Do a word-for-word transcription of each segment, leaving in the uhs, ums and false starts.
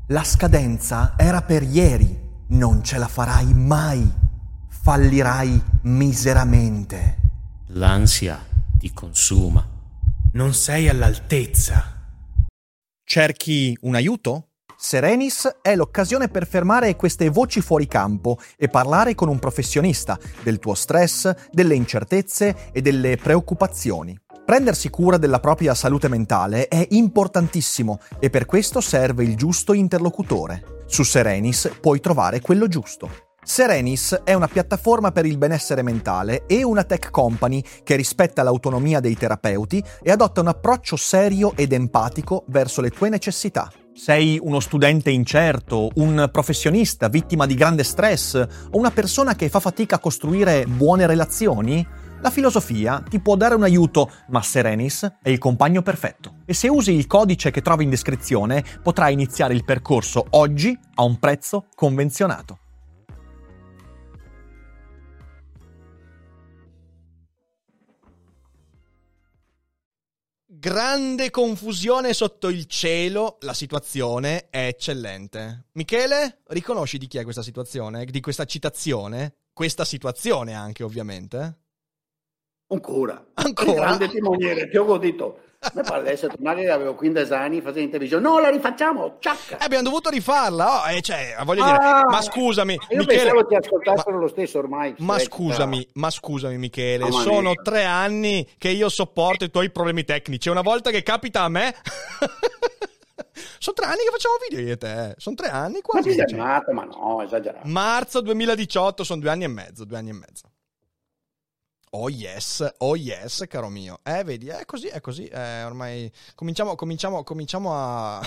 La scadenza era per ieri, non ce la farai mai, fallirai miseramente. L'ansia ti consuma. Non sei all'altezza. Cerchi un aiuto? Serenis è l'occasione per fermare queste voci fuori campo e parlare con un professionista del tuo stress, delle incertezze e delle preoccupazioni. Prendersi cura della propria salute mentale è importantissimo e per questo serve il giusto interlocutore. Su Serenis puoi trovare quello giusto. Serenis è una piattaforma per il benessere mentale e una tech company che rispetta l'autonomia dei terapeuti e adotta un approccio serio ed empatico verso le tue necessità. Sei uno studente incerto, un professionista vittima di grande stress o una persona che fa fatica a costruire buone relazioni? La filosofia ti può dare un aiuto, ma Serenis è il compagno perfetto. E se usi il codice che trovi in descrizione, potrai iniziare il percorso oggi a un prezzo convenzionato. Grande confusione sotto il cielo, la situazione è eccellente. Michele, riconosci di chi è questa situazione? Di questa citazione? Questa situazione anche, ovviamente. Ancora. Ancora? Grande timoniere, ti ho godito. A me pare di essere tornato che avevo quindici anni, facevo in televisione. No, la rifacciamo, ciacca! Eh, abbiamo dovuto rifarla, oh, eh, cioè, voglio Ah, dire, ma scusami, io Michele, pensavo ti ascoltassero ma, lo stesso ormai. ma cioè, scusami, ma scusami Michele, Mamma sono mia. tre anni che io sopporto i tuoi problemi tecnici, una volta che capita a me... Sono tre anni che facciamo video io e te, sono tre anni Ma quasi. ti sei amato, ma no, esagerato. Marzo duemiladiciotto, sono due anni e mezzo, due anni e mezzo. Oh yes, oh yes, caro mio. Eh, vedi, è così, è così. Eh, ormai cominciamo, cominciamo, cominciamo a...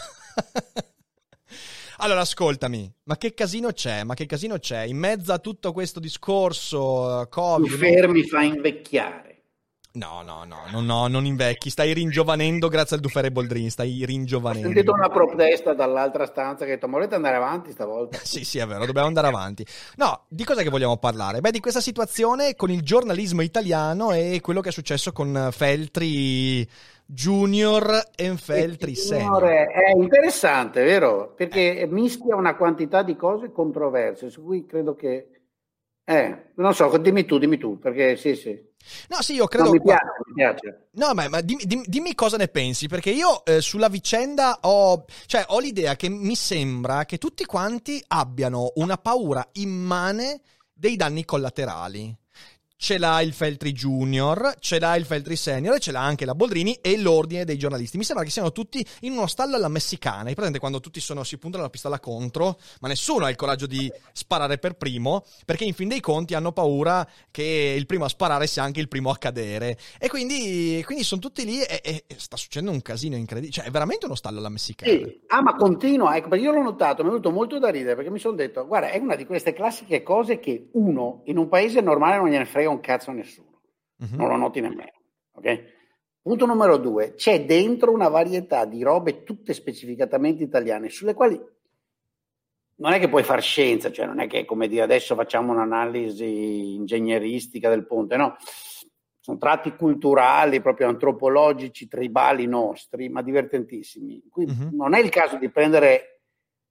Allora, ascoltami, ma che casino c'è? Ma che casino c'è? In mezzo a tutto questo discorso Tu Covid... fermi fa invecchiare. No, no, no, no, no, non invecchi, stai ringiovanendo grazie al Dufere Boldrin, stai Ho ringiovanendo. sentito una protesta dall'altra stanza che ha detto, ma volete andare avanti stavolta? Sì, sì, è vero, dobbiamo andare avanti. No, di cosa che vogliamo parlare? Beh, di questa situazione con il giornalismo italiano e quello che è successo con Feltri Junior e Feltri Senior. È interessante, vero? Perché mischia una quantità di cose controverse, su cui credo che... Eh, non so, dimmi tu, dimmi tu, perché sì, sì. No, sì, io credo... No, mi piace, mi piace. No, ma, ma dimmi, dimmi, dimmi cosa ne pensi, perché io eh, sulla vicenda ho, cioè, ho l'idea che mi sembra che tutti quanti abbiano una paura immane dei danni collaterali. Ce l'ha il Feltri Junior, ce l'ha il Feltri Senior e ce l'ha anche la Boldrini e l'ordine dei giornalisti. Mi sembra che siano tutti in uno stallo alla messicana. Hai presente quando tutti sono, si puntano la pistola contro, ma nessuno ha il coraggio di sparare per primo, perché in fin dei conti hanno paura che il primo a sparare sia anche il primo a cadere. E quindi, quindi sono tutti lì e, e sta succedendo un casino incredibile. Cioè, è veramente uno stallo alla messicana. Sì. Ah, ma continua, ecco, perché io l'ho notato, mi è venuto molto da ridere, perché mi sono detto, guarda, è una di queste classiche cose che uno, in un paese normale non gliene frega un cazzo a nessuno, uh-huh. Non lo noti nemmeno, ok? Punto numero due, c'è dentro una varietà di robe tutte specificatamente italiane, sulle quali non è che puoi far scienza, cioè non è che, come dire, adesso facciamo un'analisi ingegneristica del ponte, no, sono tratti culturali, proprio antropologici, tribali nostri, ma divertentissimi. Qui uh-huh. Non è il caso di prendere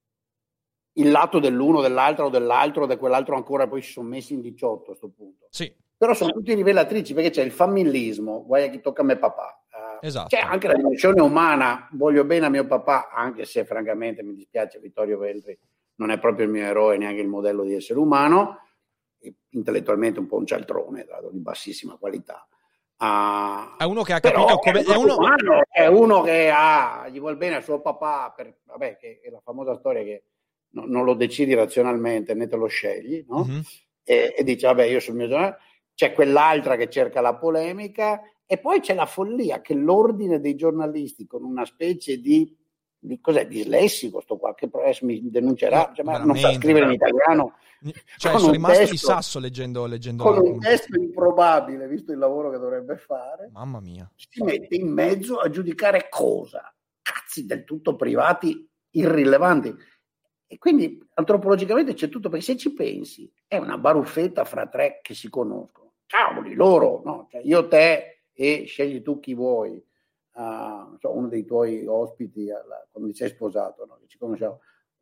il lato dell'uno, dell'altro o dell'altro, o di quell'altro ancora, poi si sono messi in diciotto a questo punto. Sì. Però sono tutti rivelatrici, perché c'è il familismo, guarda chi tocca a me papà. Uh, esatto. C'è anche la dimensione umana, voglio bene a mio papà, anche se francamente mi dispiace, Vittorio Feltri non è proprio il mio eroe, neanche il modello di essere umano, e intellettualmente un po' un cialtrone, di bassissima qualità. Uh, è uno che ha capito come... È, è, uno... umano, è uno che ha, gli vuol bene a suo papà, per, vabbè, che è la famosa storia che no, non lo decidi razionalmente, né te lo scegli, no? Uh-huh. e, e dice, vabbè, io sul mio giornale... C'è quell'altra che cerca la polemica e poi c'è la follia che l'ordine dei giornalisti con una specie di, di cos'è, dislessico, sto qua, che adesso mi denuncerà, cioè, ma non sa scrivere in italiano. Cioè, sono rimasto testo, di sasso leggendo, leggendo con un testo improbabile, visto il lavoro che dovrebbe fare. Mamma mia. Si mette in mezzo a giudicare cosa? Cazzi del tutto privati, irrilevanti. E quindi antropologicamente c'è tutto, perché se ci pensi è una baruffetta fra tre che si conoscono. Cavoli, loro, no? Cioè io, te e scegli tu chi vuoi, uh, so, uno dei tuoi ospiti alla, quando ti sei sposato, no? Che ci conosciamo,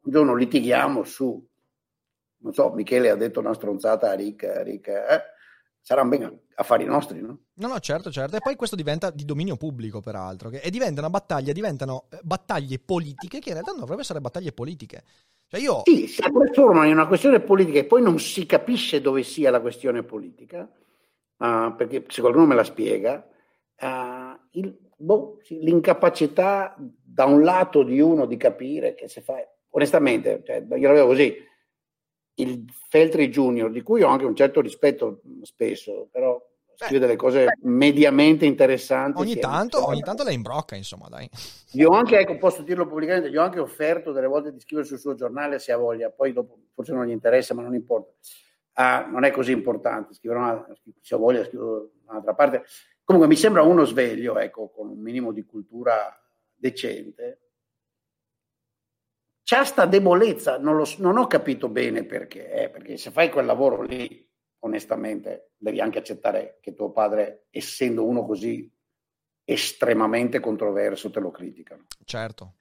un giorno litighiamo su, non so, Michele ha detto una stronzata a Rick, Rick eh, saranno ben affari nostri, no? No, no, certo, certo. E poi questo diventa di dominio pubblico, peraltro, che, e diventa una battaglia, diventano eh, battaglie politiche che in realtà non dovrebbero essere battaglie politiche. Cioè io... Sì, si trasformano in una questione politica e poi non si capisce dove sia la questione politica, uh, perché se qualcuno me la spiega, uh, il, boh, sì, l'incapacità da un lato di uno di capire che se fa... Onestamente, cioè, io la vedo così, il Feltri Junior, di cui ho anche un certo rispetto spesso, però scrive delle cose mediamente interessanti. Ogni tanto, ogni tanto la imbrocca, insomma, dai. Io anche, ecco, posso dirlo pubblicamente, gli ho anche offerto delle volte di scrivere sul suo giornale se ha voglia, poi dopo forse non gli interessa, ma non importa. Ah, non è così importante, scriverò una, se ho voglia scrivo un'altra parte. Comunque mi sembra uno sveglio, ecco, con un minimo di cultura decente. C'ha sta debolezza, non, lo, non ho capito bene perché, eh, perché se fai quel lavoro lì, onestamente, devi anche accettare che tuo padre, essendo uno così estremamente controverso, te lo criticano. Certo.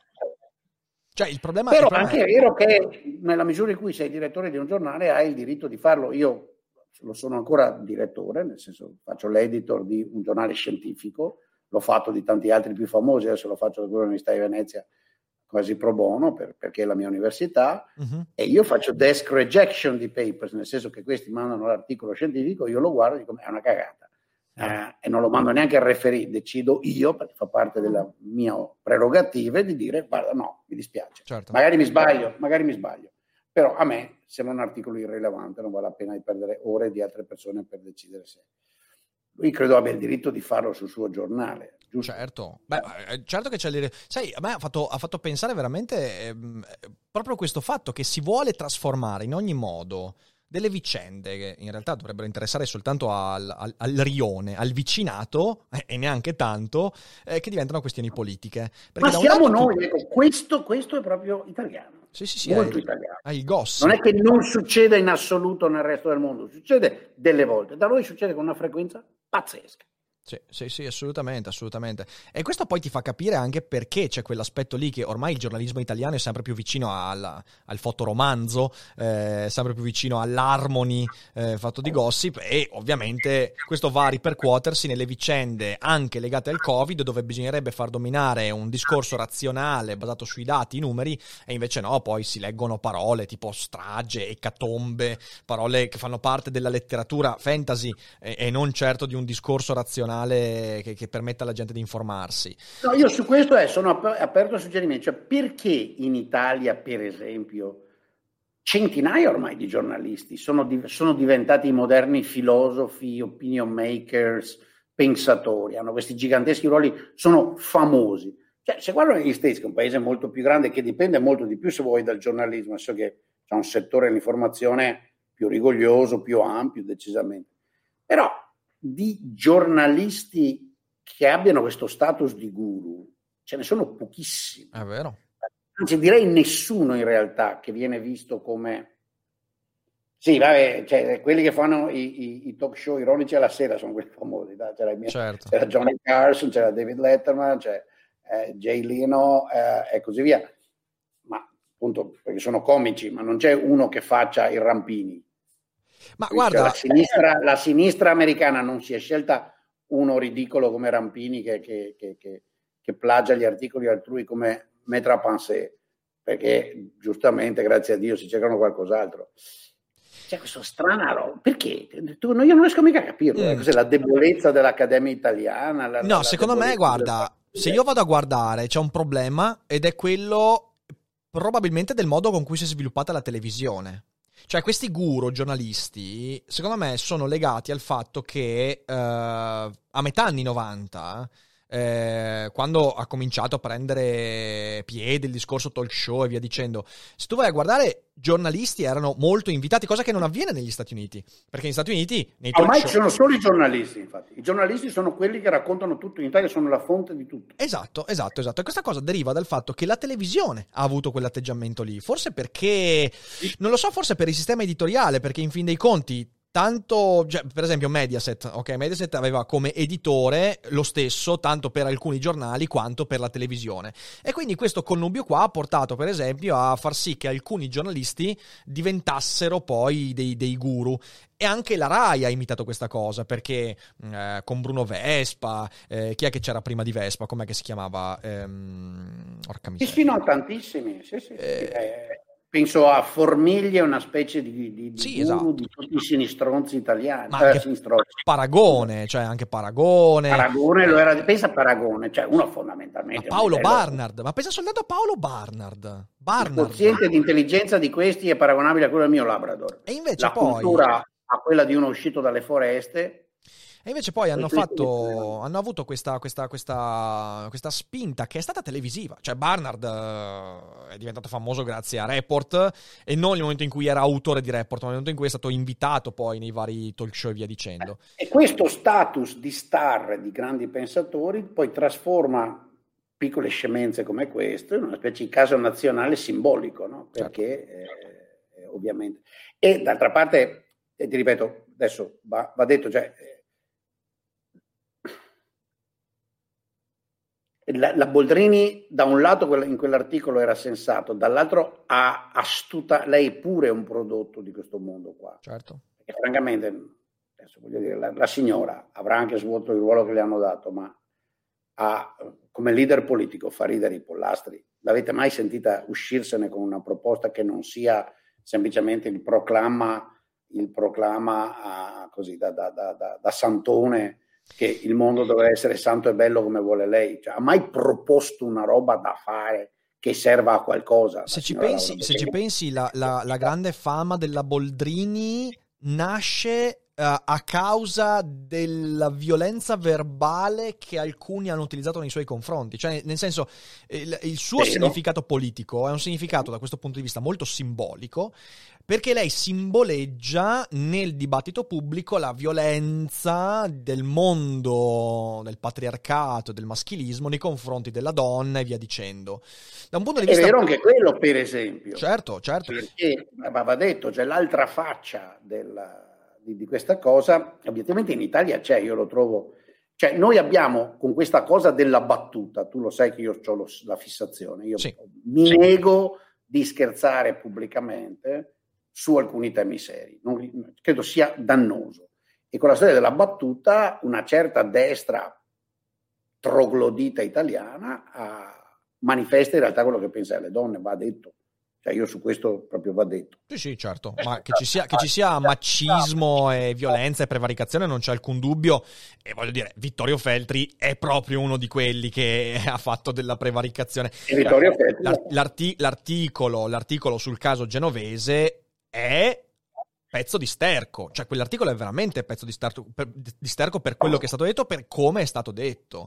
Cioè, il problema, Però il problema anche è vero che nella misura in cui sei direttore di un giornale hai il diritto di farlo. Io lo sono ancora direttore, nel senso faccio l'editor di un giornale scientifico, l'ho fatto di tanti altri più famosi, adesso lo faccio dall'Università di Venezia quasi pro bono per, perché è la mia università, uh-huh. E io faccio desk rejection di papers, nel senso che questi mandano l'articolo scientifico, io lo guardo e dico è una cagata, uh-huh. eh, e non lo mando neanche al referee, decido io, perché fa parte della mia prerogativa, di dire guarda no, mi dispiace, certo. magari mi sbaglio, magari mi sbaglio, però a me sembra un articolo irrilevante, non vale la pena di perdere ore di altre persone per decidere se... Lui credo abbia il diritto di farlo sul suo giornale, giusto? Certo, beh, certo che c'è il... Sai, a me ha fatto, ha fatto pensare veramente eh, proprio questo fatto che si vuole trasformare in ogni modo delle vicende che in realtà dovrebbero interessare soltanto al, al, al rione, al vicinato, eh, e neanche tanto, eh, che diventano questioni politiche. Perché ma siamo noi, tu... ecco, questo, questo è proprio italiano. Sì, sì, sì, molto hai, italiano. Hai il gossip. Non è che non succede in assoluto nel resto del mondo, succede delle volte, da noi succede con una frequenza pazzesca. Sì, sì, sì, assolutamente, assolutamente. E questo poi ti fa capire anche perché c'è quell'aspetto lì che ormai il giornalismo italiano è sempre più vicino al, al fotoromanzo, eh, sempre più vicino all'harmony eh, fatto di gossip, e ovviamente questo va a ripercuotersi nelle vicende anche legate al Covid, dove bisognerebbe far dominare un discorso razionale basato sui dati, i numeri, e invece no, poi si leggono parole tipo strage, ecatombe, parole che fanno parte della letteratura fantasy e, e non certo di un discorso razionale Che, che permetta alla gente di informarsi. No, io su questo eh, sono aperto a suggerimenti, cioè perché in Italia, per esempio, centinaia ormai di giornalisti sono, di, sono diventati moderni filosofi, opinion makers, pensatori, hanno questi giganteschi ruoli, sono famosi. Cioè, se guardo negli States, che è un paese molto più grande, che dipende molto di più, se vuoi, dal giornalismo, so che c'è un settore dell'informazione più rigoglioso, più ampio, decisamente. Però di giornalisti che abbiano questo status di guru ce ne sono pochissimi. È vero. Anzi, direi nessuno in realtà che viene visto come... Sì, vabbè, cioè, quelli che fanno i, i, i talk show ironici alla sera sono quelli famosi. Da? C'era, mio, certo. c'era Johnny Carson, c'era David Letterman, c'è eh, Jay Leno eh, e così via. Ma appunto, perché sono comici, ma non c'è uno che faccia i rampini. Ma guarda, la sinistra, la sinistra americana non si è scelta uno ridicolo come Rampini che, che, che, che, che plagia gli articoli altrui come Maître à penser, perché giustamente, grazie a Dio, si cercano qualcos'altro. C'è questo strana roba. Perché? Tu, no, io non riesco mica a capirlo. Mm. Cos'è la debolezza dell'Accademia Italiana? La, no, la secondo me, guarda, del... se io vado a guardare, c'è un problema ed è quello probabilmente del modo con cui si è sviluppata la televisione. Cioè, questi guru giornalisti, secondo me, sono legati al fatto che eh, a metà anni novanta, eh, quando ha cominciato a prendere piede il discorso talk show e via dicendo, se tu vai a guardare, giornalisti erano molto invitati, cosa che non avviene negli Stati Uniti, perché negli Stati Uniti nei talk ormai show... ci sono solo i giornalisti, infatti. I giornalisti sono quelli che raccontano tutto, in Italia sono la fonte di tutto. Esatto, esatto, esatto. E questa cosa deriva dal fatto che la televisione ha avuto quell'atteggiamento lì, forse perché, non lo so, forse per il sistema editoriale, perché in fin dei conti tanto, cioè, per esempio Mediaset, ok, Mediaset aveva come editore lo stesso tanto per alcuni giornali quanto per la televisione, e quindi questo connubio qua ha portato per esempio a far sì che alcuni giornalisti diventassero poi dei, dei guru. E anche la Rai ha imitato questa cosa, perché eh, con Bruno Vespa, eh, chi è che c'era prima di Vespa? Com'è che si chiamava? Ehm, orca Sì, miseria. sì, no, tantissimi. Sì, sì, sì. Eh, Eh, penso a Formiglia, una specie di, di, di Sì, guru esatto. di tutti i sinistronzi italiani. Ma eh, anche sinistronzi. Paragone, cioè anche Paragone. Paragone lo eh, era, pensa a Paragone, cioè uno Ma fondamentalmente. Paolo un livello- Barnard, ma pensa soltanto a Paolo Barnard. Il Barnard. quoziente di intelligenza di questi è paragonabile a quello del mio Labrador. E invece La poi, cultura a quella di uno uscito dalle foreste. e invece poi hanno E quindi- fatto, hanno avuto questa, questa, questa, questa spinta che è stata televisiva. Cioè Barnard eh, è diventato famoso grazie a Report, e non nel momento in cui era autore di Report, ma nel momento in cui è stato invitato poi nei vari talk show e via dicendo. E questo status di star, di grandi pensatori, poi trasforma piccole scemenze come questo in una specie di caso nazionale simbolico, no? Perché eh, eh, ovviamente. E d'altra parte, eh, ti ripeto, adesso va, va detto, cioè, eh, la, la Boldrini da un lato quella- in quell'articolo era sensato, dall'altro ha astuta, lei pure è un prodotto di questo mondo qua. Certo. Perché francamente, adesso voglio dire, la, la signora avrà anche svolto il ruolo che le hanno dato, ma ha, come leader politico fa ridere i pollastri. L'avete mai sentita uscirsene con una proposta che non sia semplicemente il proclama, il proclama a, così da, da, da, da, da santone che il mondo dovrebbe essere santo e bello come vuole lei? Cioè, ha mai proposto una roba da fare che serva a qualcosa? Se La ci signora pensi, Laura se ci Boldrini? pensi la, la- la grande fama della Boldrini nasce eh, a causa della violenza verbale che alcuni hanno utilizzato nei suoi confronti. Cioè, nel senso, il, il suo Vero. significato politico è un significato da questo punto di vista molto simbolico, perché lei simboleggia nel dibattito pubblico la violenza del mondo, del patriarcato, del maschilismo nei confronti della donna e via dicendo. Da un punto di È vista... vero anche quello, per esempio. Certo, certo. Perché ma va detto, c'è l'altra faccia della, di, di questa cosa, obiettivamente in Italia c'è, io lo trovo, cioè noi abbiamo con questa cosa della battuta, tu lo sai che io ho la fissazione, io Sì. mi nego di scherzare pubblicamente su alcuni temi seri, non, credo sia dannoso, e con la storia della battuta una certa destra troglodita italiana ha, manifesta in realtà quello che pensa alle donne, va detto. Cioè io su questo proprio va detto. Sì, sì, certo, ma che ci sia, che ci sia macismo e violenza e prevaricazione non c'è alcun dubbio, e voglio dire, Vittorio Feltri è proprio uno di quelli che ha fatto della prevaricazione. E Vittorio Feltri. L'art- l'arti- l'articolo, l'articolo sul caso genovese è pezzo di sterco, cioè quell'articolo è veramente pezzo di sterco per, di sterco per quello che è stato detto, per come è stato detto.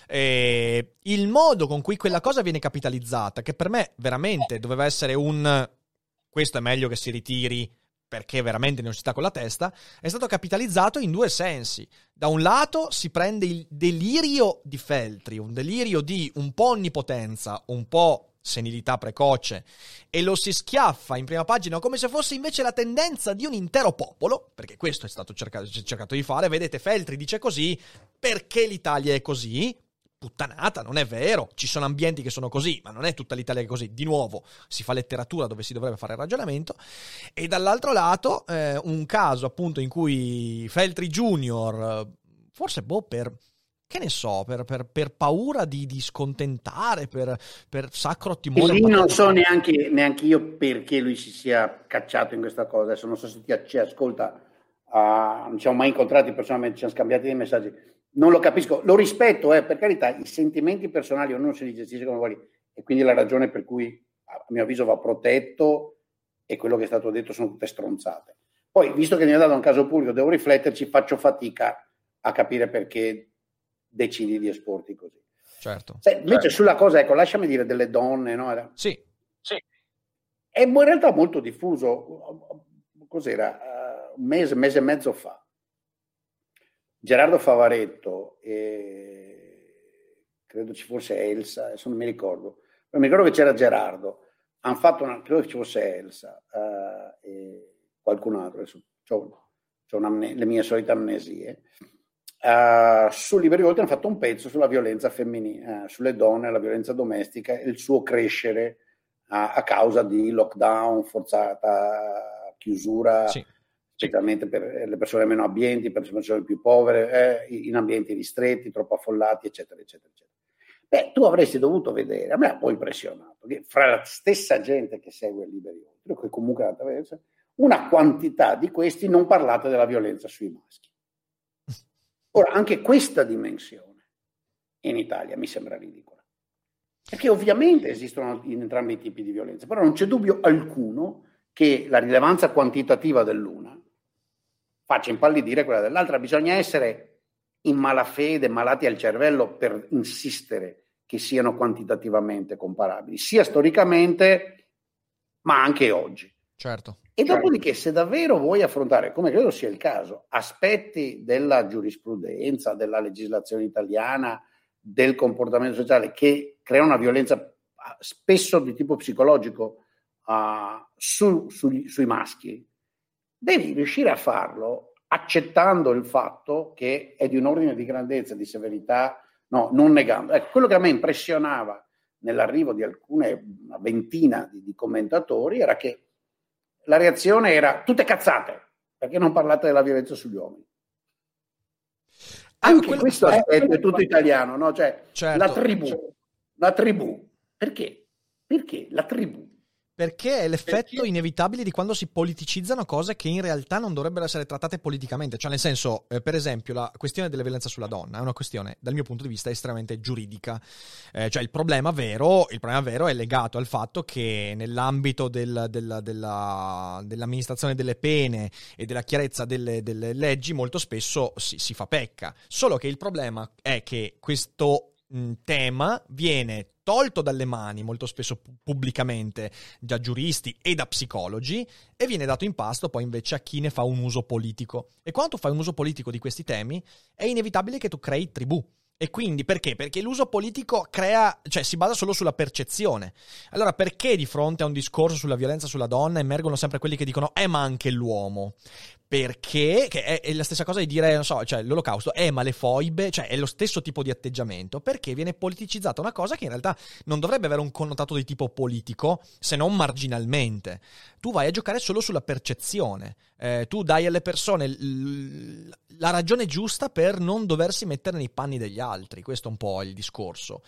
E il modo con cui quella cosa viene capitalizzata, che per me veramente doveva essere un questo è meglio che si ritiri perché veramente non si sta con la testa, è stato capitalizzato in due sensi. Da un lato si prende il delirio di Feltri, un delirio di un po' onnipotenza, un po' senilità precoce, e lo si schiaffa in prima pagina come se fosse invece la tendenza di un intero popolo, perché questo è stato cercato, cercato di fare. Vedete, Feltri dice così perché l'Italia è così. Puttanata, non è vero, ci sono ambienti che sono così, ma non è tutta l'Italia che è così. Di nuovo, si fa letteratura dove si dovrebbe fare il ragionamento. E dall'altro lato, eh, un caso appunto in cui Feltri Junior, forse boh, per... che ne so, per, per, per paura di, di scontentare, per, per sacro timore. E lì non so neanche, neanche io perché lui si sia cacciato in questa cosa. Adesso non so se ti ci ascolta, uh, non ci siamo mai incontrati personalmente, ci siamo scambiati dei messaggi. Non lo capisco, lo rispetto, eh, per carità, i sentimenti personali ognuno se li gestisce come vuole, e quindi la ragione per cui a mio avviso va protetto e quello che è stato detto sono tutte stronzate. Poi, visto che mi ha dato un caso pubblico, devo rifletterci, faccio fatica a capire perché decidi di esporti così. Certo. Se, invece certo. Sulla cosa, ecco, lasciami dire delle donne, no? Era, sì. sì. È in realtà molto diffuso. Cos'era? Uh, un mese, mese e mezzo fa. Gerardo Favaretto e credo ci fosse Elsa, adesso non mi ricordo, però mi ricordo che c'era Gerardo, hanno fatto una, credo che ci fosse Elsa uh, e qualcun altro, adesso c'ho, le mie solite amnesie, uh, su Liberi Oltre hanno fatto un pezzo sulla violenza femminile, uh, sulle donne, la violenza domestica e il suo crescere uh, a causa di lockdown, forzata, chiusura, sì, specialmente per le persone meno abbienti, per le persone più povere, eh, in ambienti ristretti, troppo affollati, eccetera, eccetera, eccetera. Beh, tu avresti dovuto vedere, a me ha poi impressionato, che fra la stessa gente che segue Liberi Oltre, che comunque attraversa, una quantità di questi non parlate della violenza sui maschi. Ora, anche questa dimensione in Italia mi sembra ridicola, perché ovviamente esistono in entrambi i tipi di violenza, però non c'è dubbio alcuno che la rilevanza quantitativa dell'una faccia impallidire quella dell'altra. Bisogna essere in malafede, malati al cervello per insistere che siano quantitativamente comparabili, sia storicamente, ma anche oggi. Certo. E dopodiché, se davvero vuoi affrontare, come credo sia il caso, aspetti della giurisprudenza, della legislazione italiana, del comportamento sociale che crea una violenza spesso di tipo psicologico uh, su, su, sui maschi, devi riuscire a farlo accettando il fatto che è di un ordine di grandezza, di severità, no, non negando. Ecco, quello che a me impressionava nell'arrivo di alcune, una ventina di, di commentatori, era che la reazione era tutte cazzate, perché non parlate della violenza sugli uomini. Anche quello... questo aspetto è tutto italiano, no? Cioè, certo, la tribù, certo. la tribù. Perché? Perché la tribù? Perché è l'effetto Perché? inevitabile di quando si politicizzano cose che in realtà non dovrebbero essere trattate politicamente. Cioè, nel senso, eh, per esempio, la questione della violenza sulla donna è una questione, dal mio punto di vista, estremamente giuridica. Eh, cioè, il problema vero, il problema vero è legato al fatto che nell'ambito del, della, della, dell'amministrazione delle pene e della chiarezza delle, delle leggi molto spesso si, si fa pecca. Solo che il problema è che questo mh, tema viene tolto dalle mani molto spesso pubblicamente da giuristi e da psicologi e viene dato in pasto poi invece a chi ne fa un uso politico. E quando tu fai un uso politico di questi temi è inevitabile che tu crei tribù. E quindi perché? Perché l'uso politico crea, cioè si basa solo sulla percezione. Allora perché di fronte a un discorso sulla violenza sulla donna emergono sempre quelli che dicono eh ma anche l'uomo? Perché che è, è la stessa cosa di dire, non so, cioè l'olocausto, eh ma le foibe, cioè è lo stesso tipo di atteggiamento, perché viene politicizzata una cosa che in realtà non dovrebbe avere un connotato di tipo politico, se non marginalmente. Tu vai a giocare solo sulla percezione, eh, tu dai alle persone l- la ragione giusta per non doversi mettere nei panni degli altri, questo è un po' il discorso.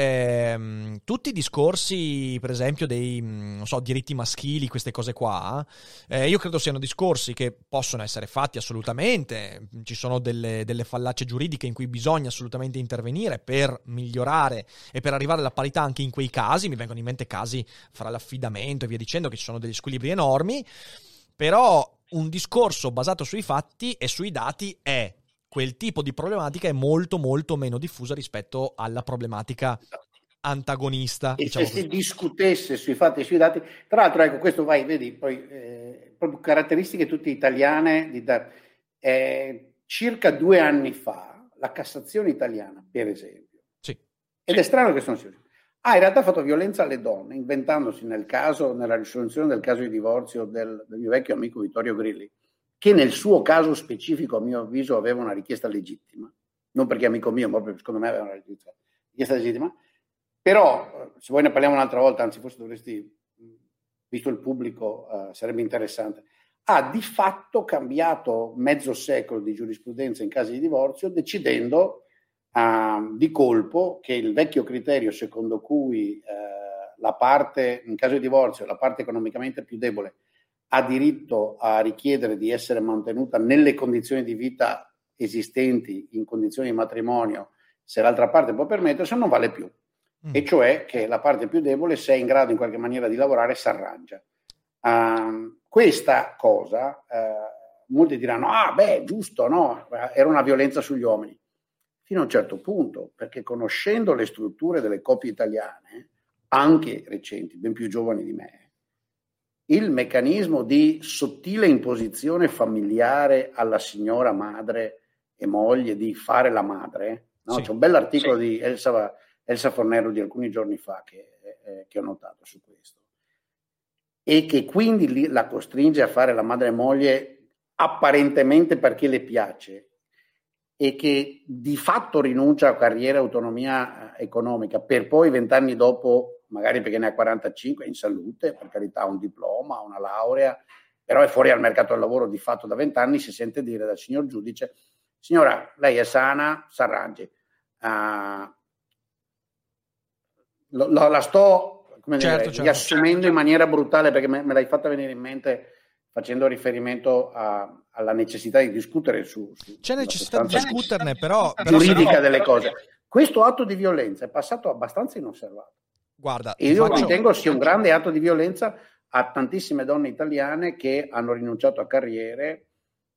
Eh, tutti i discorsi, per esempio, dei non so, diritti maschili, queste cose qua, eh, io credo siano discorsi che possono essere fatti assolutamente. Ci sono delle, delle fallacie giuridiche in cui bisogna assolutamente intervenire per migliorare e per arrivare alla parità anche in quei casi. Mi vengono in mente casi fra l'affidamento e via dicendo, che ci sono degli squilibri enormi, però un discorso basato sui fatti e sui dati è quel tipo di problematica è molto molto meno diffusa rispetto alla problematica antagonista. E diciamo se così. si discutesse sui fatti e sui dati, tra l'altro, ecco, questo vai, vedi, poi eh, proprio caratteristiche tutte italiane, di da, eh, circa due anni fa, la Cassazione italiana, per esempio, sì. ed sì. è strano che sono così, ha in realtà fatto violenza alle donne, inventandosi nel caso, nella risoluzione del caso di divorzio del, del mio vecchio amico Vittorio Grilli, che nel suo caso specifico, a mio avviso, aveva una richiesta legittima, non perché è amico mio, ma proprio secondo me aveva una richiesta legittima, però se vuoi ne parliamo un'altra volta, anzi forse dovresti, visto il pubblico, uh, sarebbe interessante, ha di fatto cambiato mezzo secolo di giurisprudenza in casi di divorzio, decidendo uh, di colpo che il vecchio criterio secondo cui uh, la parte, in caso di divorzio, la parte economicamente più debole ha diritto a richiedere di essere mantenuta nelle condizioni di vita esistenti, in condizioni di matrimonio, se l'altra parte può permettersi, non vale più. Mm. E cioè che la parte più debole, se è in grado in qualche maniera di lavorare, si arrangia. Um, questa cosa, uh, molti diranno, ah beh, giusto, no? Era una violenza sugli uomini. Fino a un certo punto, perché conoscendo le strutture delle coppie italiane, anche recenti, ben più giovani di me, il meccanismo di sottile imposizione familiare alla signora madre e moglie di fare la madre, no? Sì. C'è un bell'articolo sì. di Elsa, Elsa Fornero di alcuni giorni fa che, eh, che ho notato su questo, e che quindi la costringe a fare la madre e moglie apparentemente perché le piace e che di fatto rinuncia a carriera e autonomia economica per poi vent'anni dopo, magari perché ne ha quarantacinque, in salute, per carità, un diploma, una laurea, però è fuori al mercato del lavoro di fatto da vent'anni, si sente dire dal signor giudice: signora, lei è sana, s'arrangi. Uh, lo, lo, la sto come certo, dire, certo, riassumendo certo. in maniera brutale perché me, me l'hai fatta venire in mente facendo riferimento a, alla necessità di discutere su, su c'è necessità di discuterne, però, però giuridica però... delle cose. Questo atto di violenza è passato abbastanza inosservato. Guarda, e io faccio... ritengo sia un grande atto di violenza a tantissime donne italiane che hanno rinunciato a carriere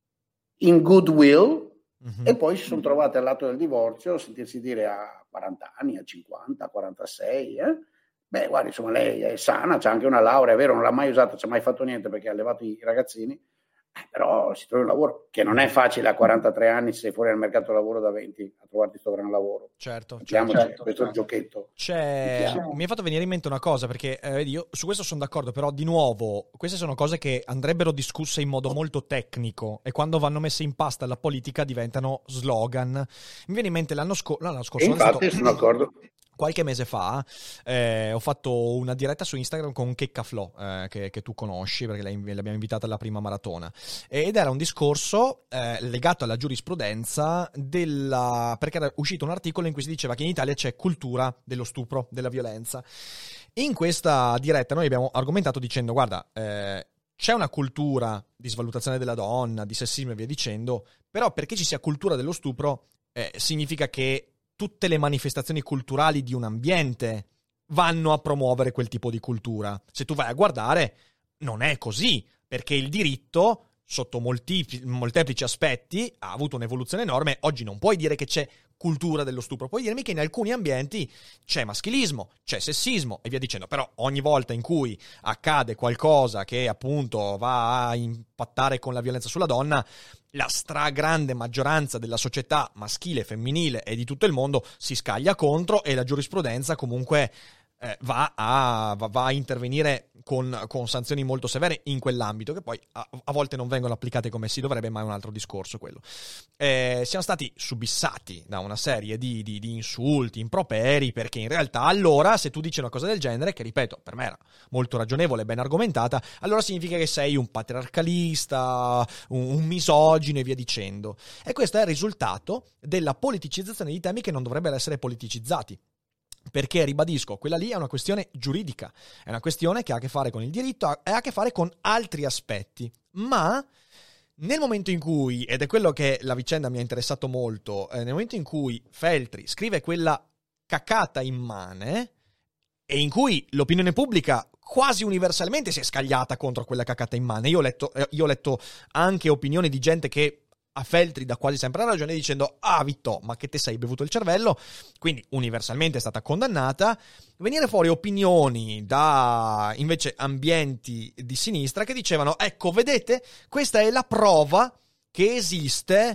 in goodwill mm-hmm. e poi si sono trovate al lato del divorzio, sentirsi dire a quaranta anni, a cinquanta, a quarantasei, eh? Beh, guarda, insomma, lei è sana, c'ha anche una laurea, è vero, non l'ha mai usata, ci ha mai fatto niente perché ha allevato i ragazzini, eh, però si trova un lavoro, che non è facile a quarantatré anni, se sei fuori al mercato del lavoro da venti, a trovarti sto gran lavoro. Certo, certo, certo. Questo è il giochetto. C'è... Mi è fatto venire in mente una cosa, perché eh, vedi, io su questo sono d'accordo, però di nuovo, queste sono cose che andrebbero discusse in modo molto tecnico e quando vanno messe in pasta alla politica diventano slogan. Mi viene in mente l'anno, sco- l'anno scorso... E infatti stato... sono d'accordo. Qualche mese fa eh, ho fatto una diretta su Instagram con Checca Flo, eh, che, che tu conosci perché l'abbiamo invitata alla prima maratona, ed era un discorso eh, legato alla giurisprudenza della... perché era uscito un articolo in cui si diceva che in Italia c'è cultura dello stupro, della violenza. In questa diretta noi abbiamo argomentato dicendo: guarda, eh, c'è una cultura di svalutazione della donna, di sessismo e via dicendo, però perché ci sia cultura dello stupro eh, significa che tutte le manifestazioni culturali di un ambiente vanno a promuovere quel tipo di cultura. Se tu vai a guardare, non è così, perché il diritto, sotto molti, molteplici aspetti, ha avuto un'evoluzione enorme. Oggi non puoi dire che c'è cultura dello stupro, puoi dirmi che in alcuni ambienti c'è maschilismo, c'è sessismo e via dicendo, però ogni volta in cui accade qualcosa che appunto va a impattare con la violenza sulla donna, la stragrande maggioranza della società maschile, femminile e di tutto il mondo si scaglia contro e la giurisprudenza comunque eh, va, a, va, va a intervenire con, con sanzioni molto severe in quell'ambito, che poi a, a volte non vengono applicate come si dovrebbe, ma è un altro discorso quello. Eh, siamo stati subissati da una serie di, di, di insulti, improperi, perché in realtà allora se tu dici una cosa del genere, che ripeto, per me era molto ragionevole e ben argomentata, allora significa che sei un patriarcalista, un, un misogino e via dicendo. E questo è il risultato della politicizzazione di temi che non dovrebbero essere politicizzati. Perché, ribadisco, quella lì è una questione giuridica, è una questione che ha a che fare con il diritto e ha a che fare con altri aspetti, ma nel momento in cui, ed è quello che la vicenda mi ha interessato molto, eh, nel momento in cui Feltri scrive quella cacata immane e in cui l'opinione pubblica quasi universalmente si è scagliata contro quella cacata immane, io ho letto, eh, io ho letto anche opinioni di gente che a Feltri dà quasi sempre ragione dicendo: ah Vitto, ma che te sei bevuto il cervello, quindi universalmente è stata condannata. Venire fuori opinioni da invece ambienti di sinistra che dicevano: ecco, vedete, questa è la prova che esiste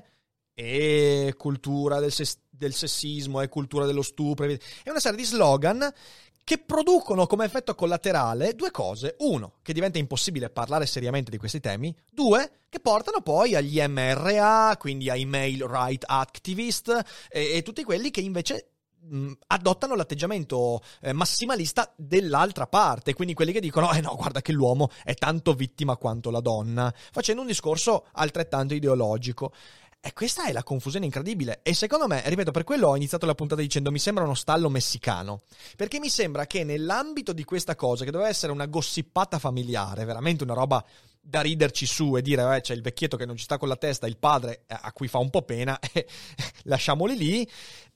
e cultura del, ses- del sessismo e cultura dello stupro, è una serie di slogan che producono come effetto collaterale due cose: uno, che diventa impossibile parlare seriamente di questi temi; due, che portano poi agli M R A, quindi ai male right activist e, e tutti quelli che invece mh, adottano l'atteggiamento eh, massimalista dell'altra parte, quindi quelli che dicono: eh no, guarda che l'uomo è tanto vittima quanto la donna, facendo un discorso altrettanto ideologico. E questa è la confusione incredibile. E secondo me, ripeto, per quello ho iniziato la puntata dicendo: mi sembra uno stallo messicano. Perché mi sembra che nell'ambito di questa cosa, che doveva essere una gossipata familiare, veramente una roba da riderci su e dire: eh, c'è il vecchietto che non ci sta con la testa, il padre a cui fa un po' pena, e lasciamoli lì.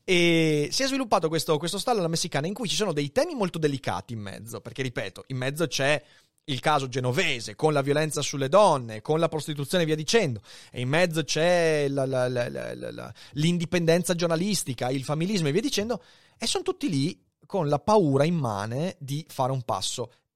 E si è sviluppato questo, questo stallo alla messicana in cui ci sono dei temi molto delicati in mezzo. Perché, ripeto, in mezzo c'è il caso genovese, con la violenza sulle donne, con la prostituzione e via dicendo, e in mezzo c'è la, la, la, la, la, l'indipendenza giornalistica, il familismo e via dicendo, e sono tutti lì con la paura immane di fare un passo.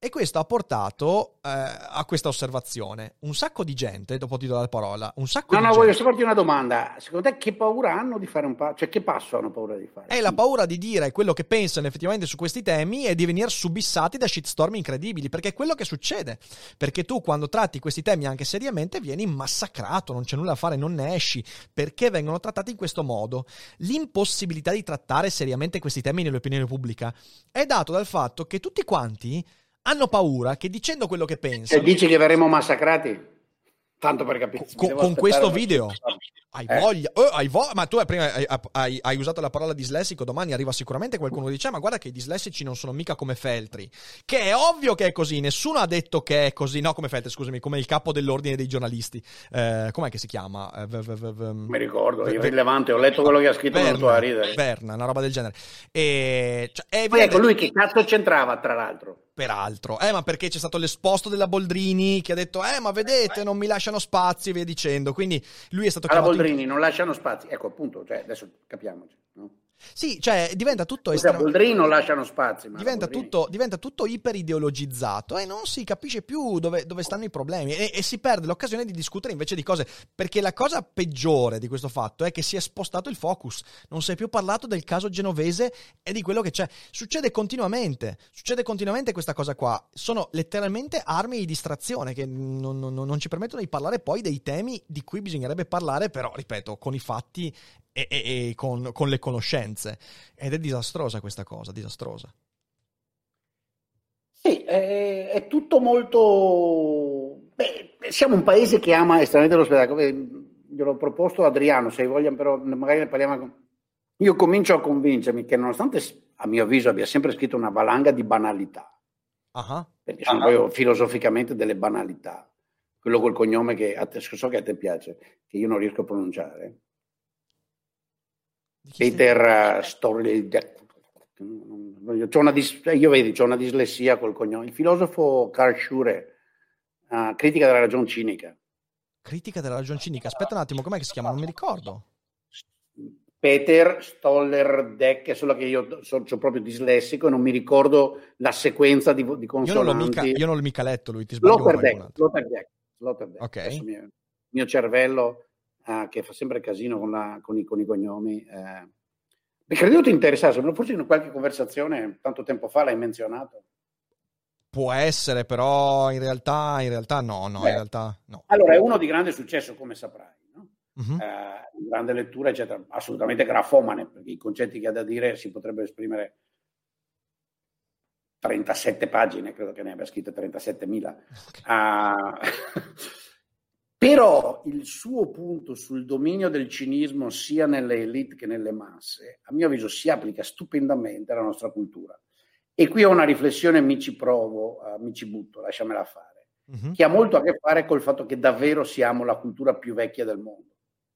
E questo ha portato eh, a questa osservazione. Un sacco di gente, dopo ti do la parola, un sacco no, di no, gente... voglio farti una domanda. Secondo te che paura hanno di fare un passo? Cioè che passo hanno paura di fare? È la paura di dire quello che pensano effettivamente su questi temi e di venire subissati da shitstorm incredibili, perché è quello che succede. Perché tu quando tratti questi temi anche seriamente vieni massacrato, non c'è nulla da fare, non ne esci, perché vengono trattati in questo modo. L'impossibilità di trattare seriamente questi temi nell'opinione pubblica è dato dal fatto che tutti quanti hanno paura che dicendo quello che pensano... Cioè dici che verremo massacrati? Tanto per capire. Con, con questo video... Hai eh? voglia, oh, hai voglia, ma tu prima hai, hai, hai usato la parola dislessico, domani arriva sicuramente qualcuno che dice ma guarda che i dislessici non sono mica come Feltri, che è ovvio che è così, nessuno ha detto che è così, no come Feltri scusami, come il capo dell'ordine dei giornalisti, eh, com'è che si chiama? Eh, v- v- v- Mi ricordo, irrilevante, ho letto quello che ha scritto, Verna, non so a ridere. Verna, una roba del genere. E, cioè, è Poi ecco, lui che cazzo c'entrava tra l'altro? Peraltro, eh, ma perché c'è stato l'esposto della Boldrini che ha detto, eh, ma vedete, non mi lasciano spazi e via dicendo. Quindi lui è stato alla chiamato. Boldrini in... non lasciano spazi. Ecco, appunto, cioè, adesso capiamoci, no? Sì, cioè diventa tutto Cioè, estrem... Boldrini non lasciano spazi. Ma diventa, tutto, diventa tutto iperideologizzato e non si capisce più dove, dove stanno i problemi e, e si perde l'occasione di discutere invece di cose, perché la cosa peggiore di questo fatto è che si è spostato il focus, non si è più parlato del caso genovese e di quello che c'è. Succede continuamente, succede continuamente questa cosa qua, sono letteralmente armi di distrazione che non, non, non ci permettono di parlare poi dei temi di cui bisognerebbe parlare, però ripeto, con i fatti e, e, e con, con le conoscenze, ed è disastrosa questa cosa, disastrosa. Sì, è, è tutto molto... Beh, siamo un paese che ama estremamente lo spettacolo. Gliel'ho proposto a Adriano, se hai voglia, però magari ne parliamo. Io comincio a convincermi che nonostante a mio avviso abbia sempre scritto una valanga di banalità, uh-huh. perché sono uh-huh. poi filosoficamente delle banalità, quello col cognome che a te, so che a te piace, che io non riesco a pronunciare, Peter uh, Story, c'ho una dis- io vedi, c'ho una dislessia col cognome. Il filosofo Karl Schure, uh, critica della ragion cinica. Critica della ragion cinica, aspetta un attimo, com'è che si chiama? Non mi ricordo. Peter Stollerdeck, è solo che io sono proprio dislessico e non mi ricordo la sequenza di, di consonanti. Io non, l'ho mica, io non l'ho mica letto, lui ti sbagli. Sloterdijk, Sloterdijk. Ok. Il mio, mio cervello uh, che fa sempre casino con, la, con, i, con i cognomi. Uh, credo ti interessasse, forse in qualche conversazione tanto tempo fa l'hai menzionato. Può essere, però in realtà, in realtà no, no, Beh, in realtà no. Allora, è uno di grande successo, come saprai, no? Uh-huh. Eh, grande lettura, eccetera, assolutamente grafomane, perché i concetti che ha da dire si potrebbero esprimere trentasette pagine, credo che ne abbia scritte trentasettemila. Okay. Uh, però il suo punto sul dominio del cinismo sia nelle elite che nelle masse, a mio avviso, si applica stupendamente alla nostra cultura. E qui ho una riflessione, mi ci provo, uh, mi ci butto, lasciamela fare, uh-huh. che ha molto a che fare col fatto che davvero siamo la cultura più vecchia del mondo.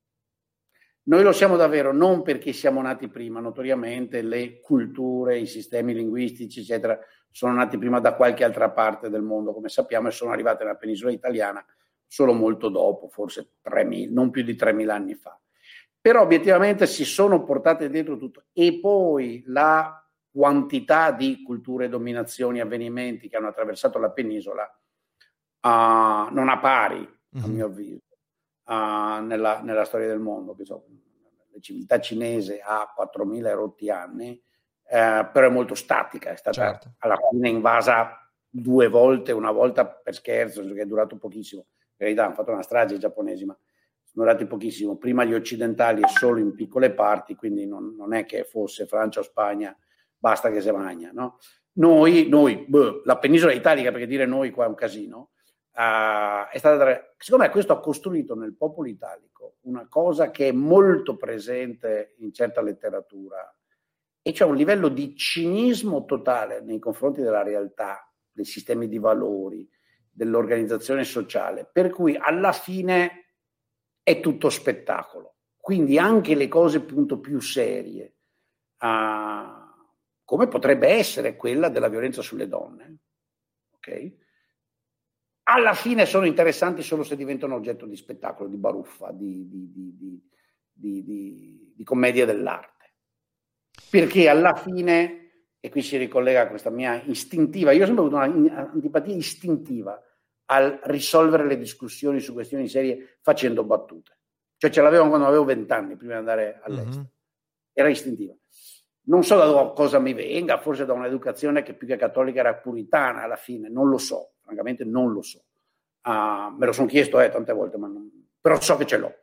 Noi lo siamo davvero non perché siamo nati prima, notoriamente le culture, i sistemi linguistici, eccetera, sono nati prima da qualche altra parte del mondo, come sappiamo, e sono arrivate nella penisola italiana solo molto dopo, forse tremila, non più di tremila anni fa. Però obiettivamente si sono portate dietro tutto. E poi la quantità di culture, dominazioni, avvenimenti che hanno attraversato la penisola uh, non ha pari, mm-hmm. a mio avviso, uh, nella, nella storia del mondo. Che so, la civiltà cinese ha quattromila rotti anni, uh, però è molto statica, è stata certo. alla fine invasa due volte, una volta per scherzo, che è durato pochissimo. In realtà hanno fatto una strage i giapponesi, ma sono durati pochissimo. Prima gli occidentali solo in piccole parti, quindi non, non è che fosse Francia o Spagna, basta che se magna, no? Noi, noi boh, la penisola italica, perché dire noi qua è un casino, uh, è stata, secondo me questo ha costruito nel popolo italico una cosa che è molto presente in certa letteratura, e cioè un livello di cinismo totale nei confronti della realtà, dei sistemi di valori, dell'organizzazione sociale, per cui alla fine è tutto spettacolo. Quindi anche le cose appunto più serie, uh, come potrebbe essere quella della violenza sulle donne, ok? Alla fine sono interessanti solo se diventano oggetto di spettacolo, di baruffa, di, di, di, di, di, di, di commedia dell'arte. Perché alla fine e qui si ricollega a questa mia istintiva, io ho sempre avuto una antipatia istintiva al risolvere le discussioni su questioni serie facendo battute. Cioè ce l'avevo quando avevo vent'anni, prima di andare all'estero. Mm-hmm. Era istintiva. Non so da cosa mi venga, forse da un'educazione che più che cattolica era puritana alla fine, non lo so, francamente non lo so. Uh, me lo sono chiesto eh, tante volte, ma non... però so che ce l'ho.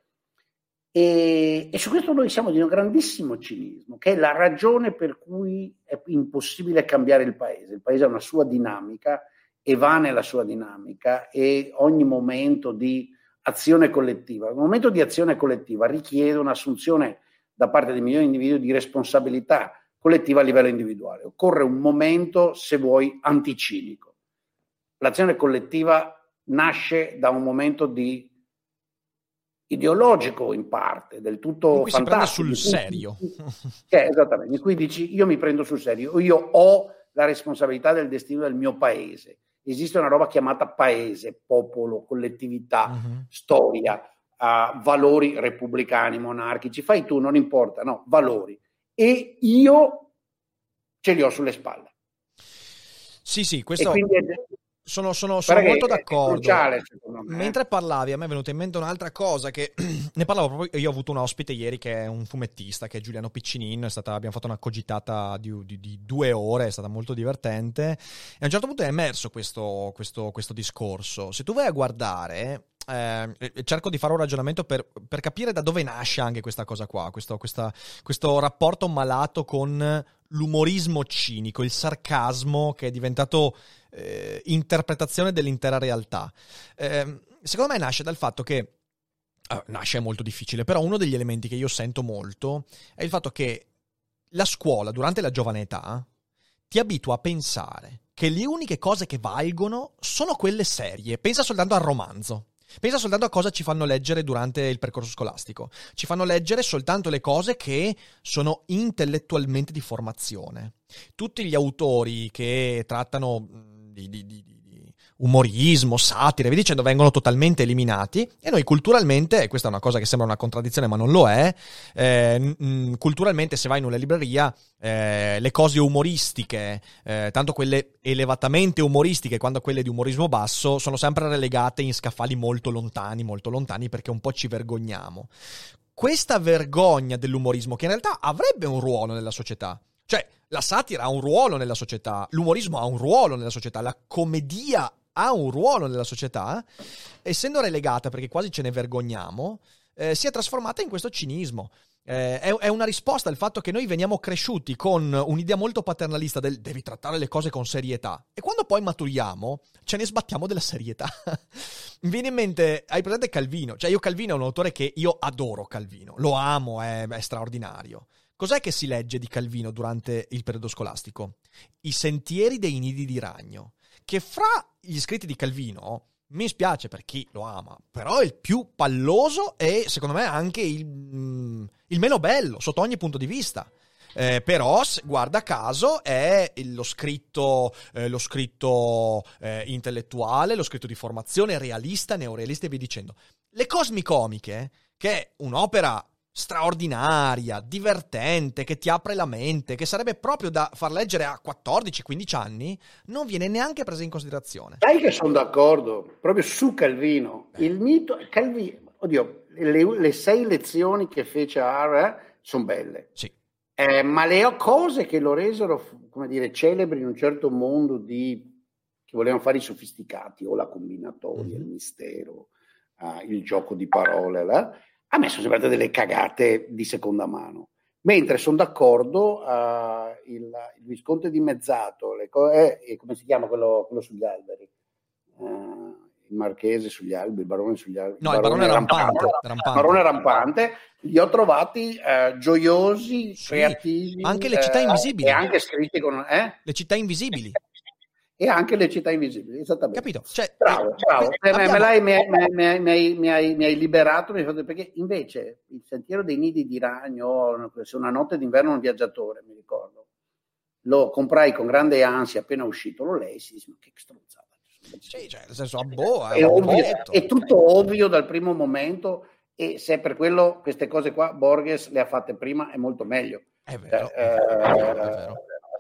E, e su questo noi siamo di un grandissimo cinismo, che è la ragione per cui è impossibile cambiare il paese. Il paese ha una sua dinamica e va nella sua dinamica, e ogni momento di azione collettiva, il momento di azione collettiva richiede un'assunzione da parte di milioni di individui di responsabilità collettiva a livello individuale. Occorre un momento, se vuoi, anticinico. L'azione collettiva nasce da un momento di ideologico in parte, del tutto in cui fantastico. Si prende sul serio. Eh, esattamente, in cui dici io mi prendo sul serio, io ho la responsabilità del destino del mio paese. Esiste una roba chiamata paese, popolo, collettività, uh-huh. storia, uh, valori repubblicani, monarchici, fai tu, non importa, no, valori. E io ce li ho sulle spalle. Sì, sì, questo... E quindi è... Sono, sono, sono molto d'accordo. Cruciale, me, Mentre eh. parlavi, a me è venuta in mente un'altra cosa che ne parlavo proprio. Io ho avuto un ospite ieri che è un fumettista, che è Giuliano Piccinin. È stata, abbiamo fatto una cogitata di, di, di due ore, è stata molto divertente. E a un certo punto è emerso questo, questo, questo discorso. Se tu vai a guardare, eh, cerco di fare un ragionamento per, per capire da dove nasce anche questa cosa qua, questo, questa, questo rapporto malato con l'umorismo cinico, il sarcasmo che è diventato eh, interpretazione dell'intera realtà. Eh, secondo me nasce dal fatto che eh, nasce è molto difficile, però uno degli elementi che io sento molto è il fatto che la scuola durante la giovane età ti abitua a pensare che le uniche cose che valgono sono quelle serie. Pensa soltanto al romanzo. Pensa soltanto a cosa ci fanno leggere durante il percorso scolastico. Ci fanno leggere soltanto le cose che sono intellettualmente di formazione. Tutti gli autori che trattano di, di, di, di umorismo, satira, vi dicendo, vengono totalmente eliminati, e noi culturalmente, e questa è una cosa che sembra una contraddizione ma non lo è, eh, mh, culturalmente se vai in una libreria eh, le cose umoristiche, eh, tanto quelle elevatamente umoristiche quanto quelle di umorismo basso, sono sempre relegate in scaffali molto lontani, molto lontani, perché un po' ci vergogniamo. Questa vergogna dell'umorismo, che in realtà avrebbe un ruolo nella società, cioè la satira ha un ruolo nella società, l'umorismo ha un ruolo nella società, la commedia ha un ruolo nella società, essendo relegata perché quasi ce ne vergogniamo, eh, si è trasformata in questo cinismo. Eh, è, è una risposta al fatto che noi veniamo cresciuti con un'idea molto paternalista del devi trattare le cose con serietà, e quando poi maturiamo ce ne sbattiamo della serietà. Mi viene in mente, hai presente Calvino? Cioè io Calvino è un autore che io adoro, Calvino, lo amo, è, è straordinario. Cos'è che si legge di Calvino durante il periodo scolastico? I sentieri dei nidi di ragno, che fra gli scritti di Calvino, mi spiace per chi lo ama, però è il più palloso e secondo me anche il, mm, il meno bello sotto ogni punto di vista. Eh, però guarda caso è lo scritto, eh, lo scritto eh, intellettuale, lo scritto di formazione realista, neorealista e via dicendo. Le Cosmicomiche, che è un'opera straordinaria, divertente, che ti apre la mente, che sarebbe proprio da far leggere a quattordici quindici anni, non viene neanche presa in considerazione. Sai che sono d'accordo, proprio su Calvino. Il mito, Calvino, oddio, le, le sei lezioni che fece a Harvard sono belle. Sì. Eh, ma le cose che lo resero, come dire, celebre in un certo mondo di che volevano fare i sofisticati, o la combinatoria, mm-hmm. il mistero, uh, il gioco di parole, là, a me sono sembrate delle cagate di seconda mano. Mentre sono d'accordo, uh, il, il Visconte di Mezzato, le co- eh, come si chiama quello, quello sugli alberi? Uh, il Marchese sugli alberi, il Barone sugli alberi. No, il Barone, il barone rampante, rampante. rampante. Barone rampante. Li ho trovati uh, gioiosi, sì, creativi. Anche le città invisibili. Uh, e anche scritti con... Eh? Le città invisibili. E anche le città invisibili, esattamente. Capito? Cioè, bravo, eh, bravo. Eh, abbiamo... me l'hai, mi, hai, mi, hai, mi, hai, mi, hai, mi hai liberato, mi hai fatto, perché invece il Sentiero dei Nidi di Ragno, Una notte d'inverno un viaggiatore, mi ricordo, lo comprai con grande ansia appena uscito, lo lessi, ma che stronzata. Sì, cioè, nel senso, boh, è, ovvio, è tutto ovvio dal primo momento, e se per quello queste cose qua Borges le ha fatte prima è molto meglio. È vero, eh, è vero, è vero.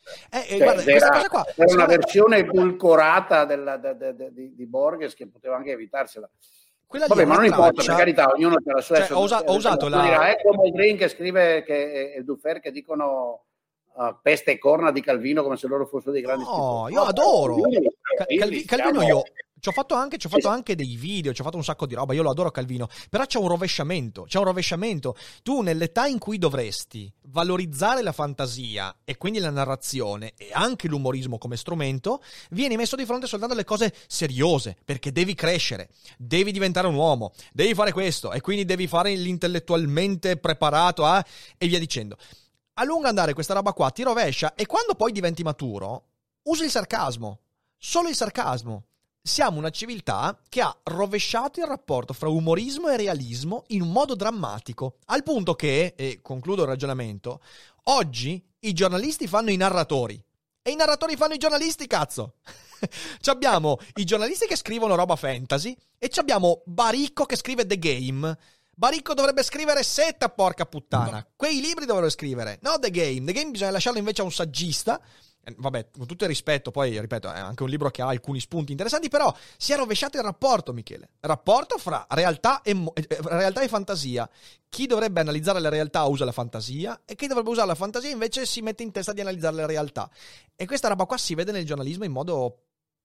Eh, eh, Cioè, guarda, questa era, cosa qua, era una secondo me- versione edulcorata della, de, de, de, di, di Borges che poteva anche evitarsela. quella lì Vabbè, è ma una non importa, traccia- per carità, ognuno ha la sua. Cioè, ho, usa- ho usato la... Dirà, ecco Moldrin che scrive che è Dufer che dicono uh, peste e corna di Calvino come se loro fossero dei grandi No, scrittori. io adoro Calvino, Ca- Calvi- siamo- Calvino io ci ho fatto anche, ci ho Sì, fatto sì. anche dei video, ci ho fatto un sacco di roba, io lo adoro Calvino, però c'è un rovesciamento, c'è un rovesciamento. Tu nell'età in cui dovresti valorizzare la fantasia e quindi la narrazione e anche l'umorismo come strumento, vieni messo di fronte soltanto alle cose seriose, perché devi crescere, devi diventare un uomo, devi fare questo e quindi devi fare l'intellettualmente preparato a... e via dicendo. A lungo andare questa roba qua ti rovescia e quando poi diventi maturo usi il sarcasmo. Solo il sarcasmo. Siamo una civiltà che ha rovesciato il rapporto fra umorismo e realismo in un modo drammatico, al punto che, e concludo il ragionamento, oggi i giornalisti fanno i narratori e i narratori fanno i giornalisti, cazzo. Ci abbiamo i giornalisti che scrivono roba fantasy e ci abbiamo Baricco che scrive The Game. Baricco dovrebbe scrivere Setta, porca puttana. Quei libri dovrebbero scrivere, no The Game. The Game bisogna lasciarlo invece a un saggista. Vabbè, con tutto il rispetto, poi ripeto, è anche un libro che ha alcuni spunti interessanti, però si è rovesciato il rapporto, Michele. Rapporto fra realtà e, mo- eh, realtà e fantasia. Chi dovrebbe analizzare la realtà usa la fantasia e chi dovrebbe usare la fantasia invece si mette in testa di analizzare la realtà. E questa roba qua si vede nel giornalismo in modo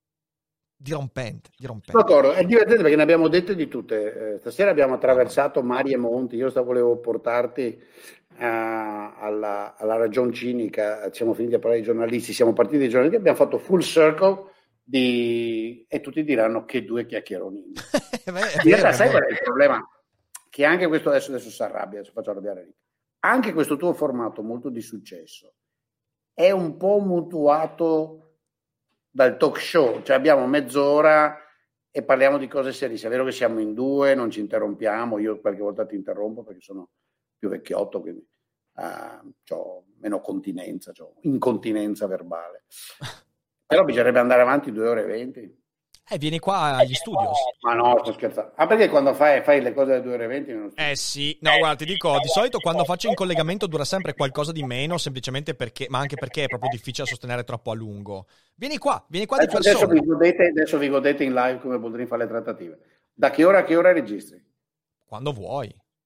dirompente. dirompente. D'accordo, è divertente perché ne abbiamo dette di tutte. Eh, stasera abbiamo attraversato mari e monti. Io stavo volevo portarti uh, alla, alla ragion cinica. Siamo finiti a parlare di giornalisti, siamo partiti dai giornalisti, abbiamo fatto full circle di... e tutti diranno che due chiacchieronini. Beh, è In realtà vero, sai è qual vero. è il problema? Che anche questo adesso, adesso si arrabbia, adesso faccio arrabbiare Rick. Anche questo tuo formato molto di successo è un po' mutuato dal talk show, cioè abbiamo mezz'ora e parliamo di cose serie. È vero che siamo in due, non ci interrompiamo, io qualche volta ti interrompo perché sono più vecchiotto, quindi uh, ho meno continenza, ho incontinenza verbale. Però bisognerebbe andare avanti due ore e venti. Eh, vieni qua agli studios. Ma no, sto scherzando. Ah, perché quando fai, fai le cose alle due ore e venti non sto... Eh sì, no guarda ti dico, di solito quando faccio in collegamento dura sempre qualcosa di meno, semplicemente perché, ma anche perché è proprio difficile sostenere troppo a lungo. Vieni qua, vieni qua di Adesso, adesso, persona. vi godete, adesso vi godete in live come Boldrini fa le trattative. Da che ora a che ora registri? Quando vuoi.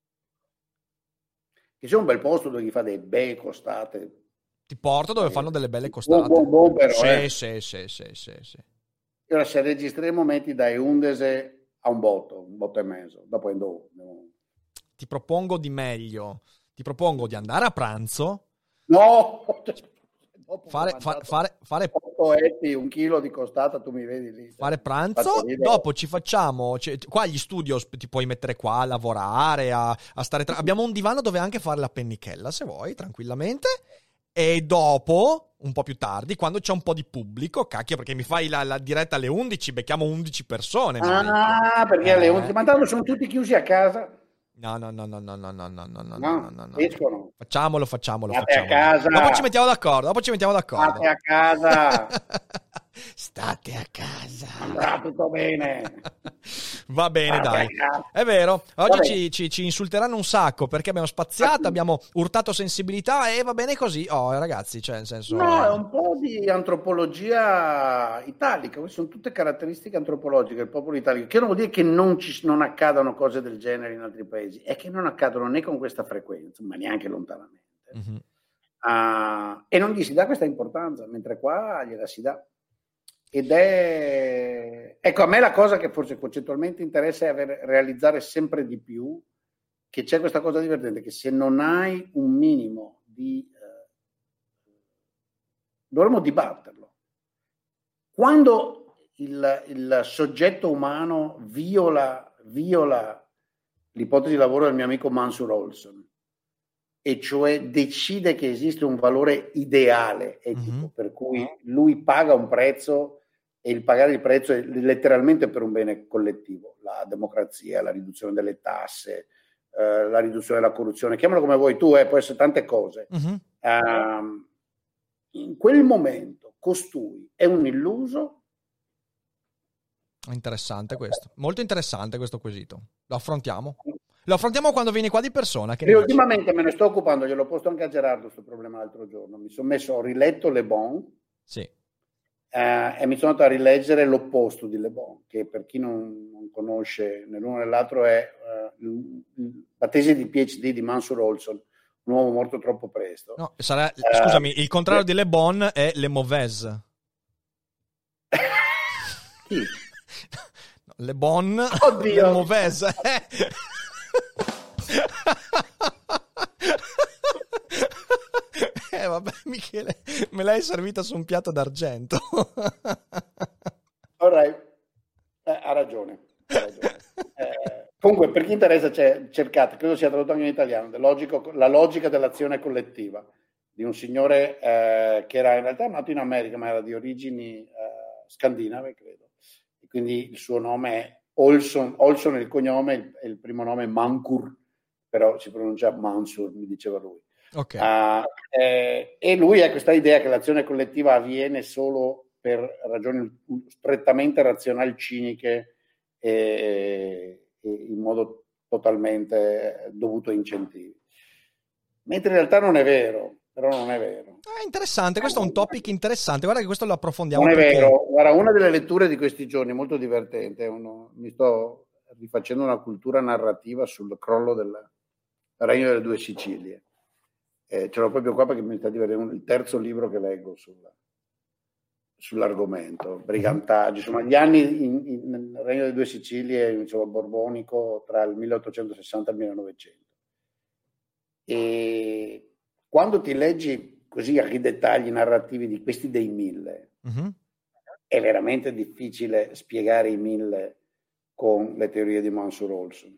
Che c'è un bel posto dove gli fa dei bei costate. Ti porto dove fanno delle belle Buon, costate. buon, buon però, Sì, eh. sì, sì, sì, sì, sì. E ora se registreremo metti dai undese a un botto, un botto e mezzo. Dopo andiamo. Ti propongo di meglio. Ti propongo di andare a pranzo, No! Dopo fare, ho fa- mangiato fare, fare, otto etti, un chilo di costata, tu mi vedi lì. fare pranzo, Faccio ridere. dopo ci facciamo, cioè, qua agli studios ti puoi mettere qua a lavorare, a, a stare tra... Abbiamo un divano dove anche fare la pennichella, se vuoi, tranquillamente. E dopo, un po' più tardi, quando c'è un po' di pubblico, cacchio, perché mi fai la, la diretta alle undici, becchiamo undici persone. Mike. Ah, perché Eh. alle undici, ma tanto sono tutti chiusi a casa. No, no, no, no, no, no, no, no, no, no, No, no, no, no. escono. Facciamolo, facciamolo, State a facciamolo. casa. Dopo ci mettiamo d'accordo, dopo ci mettiamo d'accordo. State a casa. State a casa. Andrà tutto bene. Va bene, State dai. a casa. È vero. Oggi Vabbè. ci, ci, ci insulteranno un sacco perché abbiamo spaziato, abbiamo urtato sensibilità e va bene così. Oh, ragazzi, cioè, nel senso... No, è un po' di antropologia italica, queste sono tutte caratteristiche antropologiche del popolo italiano, che non vuol dire che non, ci, non accadano cose del genere in altri paesi, è che non accadono né con questa frequenza, ma neanche lontanamente. Mhm. Uh, e non gli si dà questa importanza, mentre qua gliela si dà. Ed è... Ecco, a me la cosa che forse concettualmente interessa è aver, realizzare sempre di più che c'è questa cosa divertente, che se non hai un minimo di... Eh, dovremmo dibatterlo. Quando il, il soggetto umano viola, viola l'ipotesi di lavoro del mio amico Mansur Olson, e cioè decide che esiste un valore ideale etico, Mm-hmm. per cui lui paga un prezzo e il pagare il prezzo è letteralmente per un bene collettivo, la democrazia, la riduzione delle tasse, eh, la riduzione della corruzione, chiamalo come vuoi tu, eh, può essere tante cose. Mhm. Uh, in quel momento costui è un illuso. Interessante questo. Molto interessante questo quesito. Lo affrontiamo. Lo affrontiamo quando vieni qua di persona. Che e ultimamente me ne sto occupando, gliel'ho posto anche a Gerardo questo problema l'altro giorno. Mi sono messo, ho riletto Le Bon. Sì. Eh, e mi sono andato a rileggere l'opposto di Le Bon, che per chi non, non conosce né l'uno né l'altro è uh, il, la tesi di PhD di Mansur Olson, un uomo morto troppo presto. No, sarà, uh, scusami, il contrario eh, di Le Bon è Le Mauvaises. Chi? Le Bon, Oddio. Le Mauvaises. Eh vabbè, Michele, me l'hai servita su un piatto d'argento. All right. eh, ha ragione, ha ragione. Eh, comunque, per chi interessa, c'è, cercate, credo sia tradotto anche in italiano, logico, La logica dell'azione collettiva, di un signore eh, che era in realtà nato in America, ma era di origini eh, scandinave, credo. E quindi il suo nome è Olson, Olson è il cognome, il, il primo nome è Mankur, però si pronuncia Mansur, mi diceva lui. Okay. Uh, eh, e lui ha questa idea che l'azione collettiva avviene solo per ragioni strettamente razionali, ciniche e, e in modo totalmente dovuto a incentivi, mentre in realtà non è vero. Però non è vero. È interessante, questo è un topic interessante, guarda che questo lo approfondiamo. Non è perché... vero, guarda, una delle letture di questi giorni molto divertente, uno, mi sto rifacendo una cultura narrativa sul crollo del Regno delle Due Sicilie. Eh, ce l'ho proprio qua perché mi sta diventando il terzo libro che leggo sulla, sull'argomento, brigantaggi, insomma gli anni in, in, nel Regno delle Due Sicilie, insomma, borbonico, tra il milleottocentosessanta e il millenovecento. E quando ti leggi così a i dettagli narrativi di questi dei mille, uh-huh. è veramente difficile spiegare i mille con le teorie di Mansur Olson.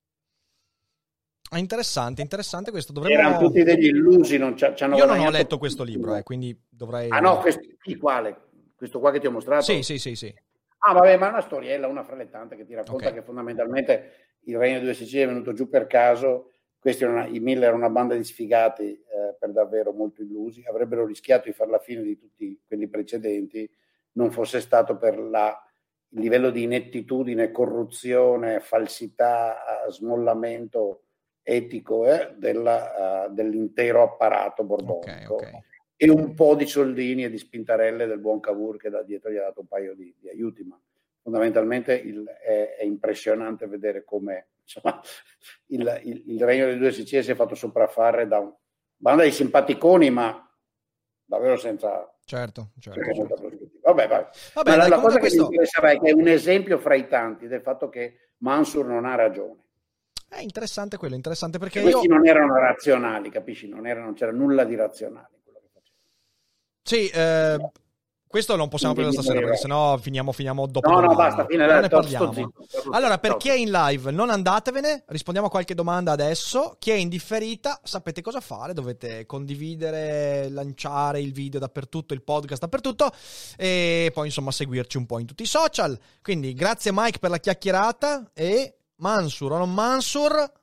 È interessante, interessante questo. Dovremmo... Erano tutti degli illusi. Non ci hanno Io non ho letto questo libro, eh, quindi dovrei... Ah no, questo, quale? Questo qua che ti ho mostrato? Sì, sì, sì, sì. Ah vabbè, ma è una storiella, una fralettante che ti racconta okay. che fondamentalmente il Regno delle Due Sicilie è venuto giù per caso. Questi erano, i mille erano una banda di sfigati eh, per davvero molto illusi, avrebbero rischiato di fare la fine di tutti quelli precedenti, non fosse stato per la, il livello di inettitudine, corruzione, falsità, smollamento etico eh, della, uh, dell'intero apparato borbonico, okay, okay. e un po' di soldini e di spintarelle del buon Cavour che da dietro gli ha dato un paio di, di aiuti, ma fondamentalmente il, è, è impressionante vedere come insomma, il, il, il Regno delle Due Sicilie si è fatto sopraffare da una banda di simpaticoni, ma davvero senza... Certo, certo. senza certo. Vabbè, vabbè. Vabbè ma dai, la, la cosa questo... che mi interessava è che è un esempio fra i tanti del fatto che Mansur non ha ragione. È interessante quello, interessante perché questi io... non erano razionali, capisci? Non, erano, non c'era nulla di razionale in quello che facevano. Sì, eh, questo non possiamo prendere stasera perché sennò finiamo, finiamo dopo. No, domani. no, basta, fine, non ne ne parliamo. Zitto, zitto, allora, per ciao. chi è in live, non andatevene, rispondiamo a qualche domanda adesso. Chi è in differita, sapete cosa fare, dovete condividere, lanciare il video dappertutto, il podcast dappertutto e poi insomma seguirci un po' in tutti i social. Quindi grazie Mike per la chiacchierata e Mansur o non Mansur...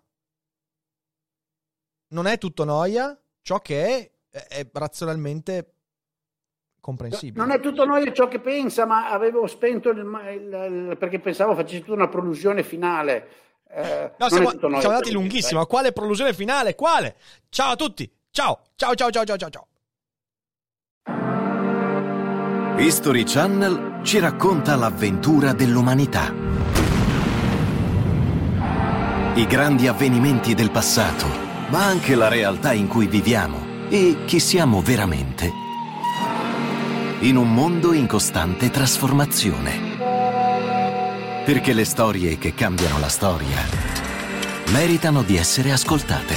non è tutto noia, ciò che è, è razionalmente comprensibile. Non è tutto noia ciò che pensa, ma avevo spento il, il, il perché pensavo facessi tutta una prolusione finale. Eh, no, siamo, siamo andati lunghissimo. Quale prolusione finale? Quale? Ciao a tutti. Ciao, ciao, ciao, ciao, ciao, ciao, ciao. History Channel ci racconta l'avventura dell'umanità. I grandi avvenimenti del passato, ma anche la realtà in cui viviamo e chi siamo veramente in un mondo in costante trasformazione. Perché le storie che cambiano la storia meritano di essere ascoltate.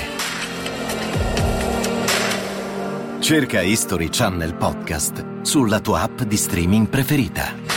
Cerca History Channel Podcast sulla tua app di streaming preferita.